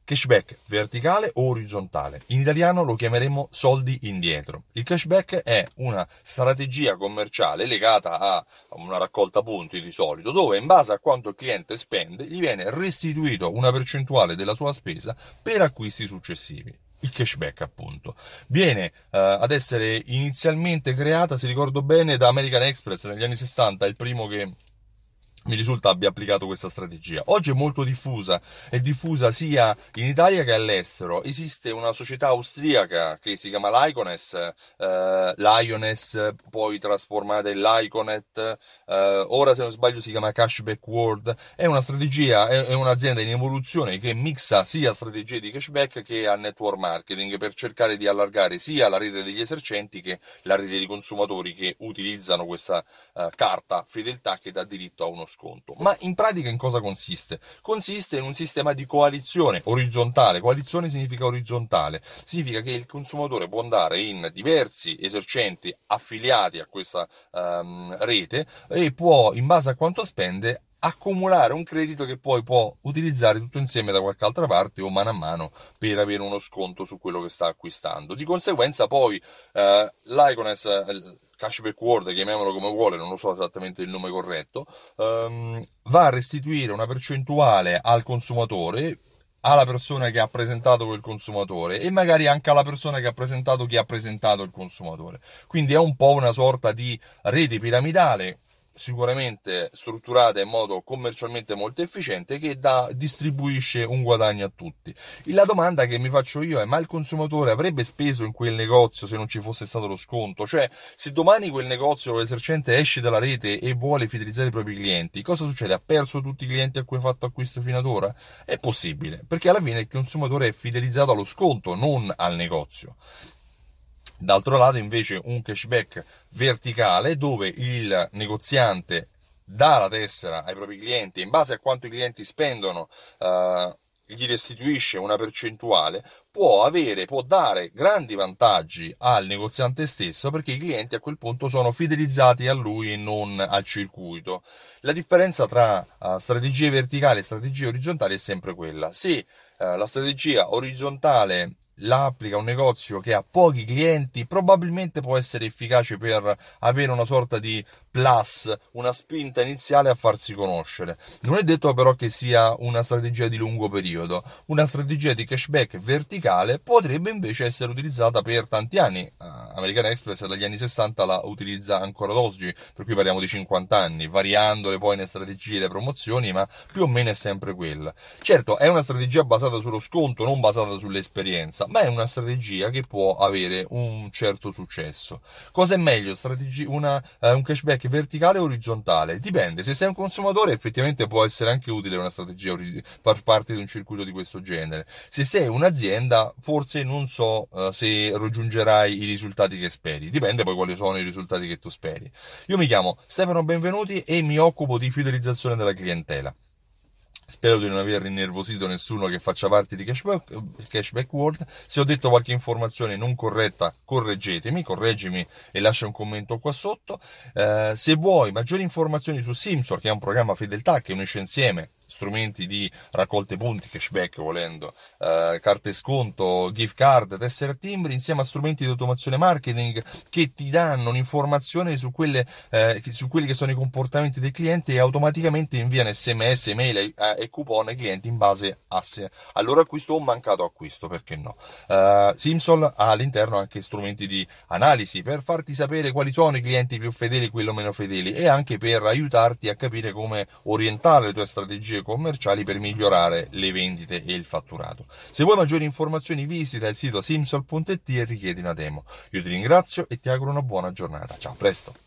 Cashback verticale o orizzontale? In italiano lo chiameremo soldi indietro. Il cashback è una strategia commerciale legata a una raccolta punti di solito, dove in base a quanto il cliente spende gli viene restituito una percentuale della sua spesa per acquisti successivi. Il cashback, appunto, viene ad essere inizialmente creata, se ricordo bene, da American Express negli anni 60, è il primo che mi risulta abbia applicato questa strategia. Oggi è molto diffusa, è diffusa sia in Italia che all'estero. Esiste una società austriaca che si chiama Lioness, poi trasformata in Lyconet, ora se non sbaglio si chiama Cashback World. È una strategia, è un'azienda in evoluzione che mixa sia strategie di cashback che a network marketing per cercare di allargare sia la rete degli esercenti che la rete di consumatori che utilizzano questa carta fedeltà che dà diritto a uno sconto. Ma in pratica in cosa consiste? Consiste in un sistema di coalizione orizzontale. Coalizione significa orizzontale, significa che il consumatore può andare in diversi esercenti affiliati a questa rete e può, in base a quanto spende, accumulare un credito che poi può utilizzare tutto insieme da qualche altra parte o mano a mano per avere uno sconto su quello che sta acquistando. Di conseguenza poi l'Icones, Cashback World, chiamiamolo come vuole, non lo so esattamente il nome corretto, va a restituire una percentuale al consumatore, alla persona che ha presentato quel consumatore e magari anche alla persona che ha presentato chi ha presentato il consumatore. Quindi è un po' una sorta di rete piramidale, sicuramente strutturata in modo commercialmente molto efficiente, che distribuisce un guadagno a tutti. La domanda che mi faccio io è: ma il consumatore avrebbe speso in quel negozio se non ci fosse stato lo sconto? Cioè, se domani quel negozio o l'esercente esce dalla rete e vuole fidelizzare i propri clienti, cosa succede? Ha perso tutti i clienti a cui ha fatto acquisto fino ad ora? È possibile, perché alla fine il consumatore è fidelizzato allo sconto, non al negozio. D'altro lato invece un cashback verticale, dove il negoziante dà la tessera ai propri clienti e in base a quanto i clienti spendono gli restituisce una percentuale, può dare grandi vantaggi al negoziante stesso, perché i clienti a quel punto sono fidelizzati a lui e non al circuito. La differenza tra strategie verticali e strategie orizzontali è sempre quella: se la strategia orizzontale la applica un negozio che ha pochi clienti, probabilmente può essere efficace per avere una sorta di plus, una spinta iniziale a farsi conoscere. Non è detto però che sia una strategia di lungo periodo. Una strategia di cashback verticale potrebbe invece essere utilizzata per tanti anni. American Express dagli anni 60 la utilizza ancora ad oggi, per cui parliamo di 50 anni, variandole poi nelle strategie e le promozioni, ma più o meno è sempre quella. Certo, è una strategia basata sullo sconto, non basata sull'esperienza, ma è una strategia che può avere un certo successo. Cosa è meglio, un cashback verticale o orizzontale? Dipende. Se sei un consumatore, effettivamente può essere anche utile una strategia far parte di un circuito di questo genere. Se sei un'azienda, forse non so se raggiungerai i risultati che speri. Dipende poi quali sono i risultati che tu speri. Io mi chiamo Stefano Benvenuti e mi occupo di fidelizzazione della clientela. Spero di non aver innervosito nessuno che faccia parte di Cashback World. Se ho detto qualche informazione non corretta, correggimi e lascia un commento qua sotto. Se vuoi maggiori informazioni su Simsol, che è un programma fedeltà che unisce insieme strumenti di raccolte punti, cashback volendo, carte sconto, gift card, tessere a timbri, insieme a strumenti di automazione marketing che ti danno un'informazione su quelli che sono i comportamenti dei clienti e automaticamente inviano SMS, email e coupon ai clienti in base al loro acquisto o mancato acquisto, perché no. Simsol ha all'interno anche strumenti di analisi per farti sapere quali sono i clienti più fedeli e quelli meno fedeli, e anche per aiutarti a capire come orientare le tue strategie commerciali per migliorare le vendite e il fatturato. Se vuoi maggiori informazioni visita il sito simsol.it e richiedi una demo. Io ti ringrazio e ti auguro una buona giornata. Ciao, a presto!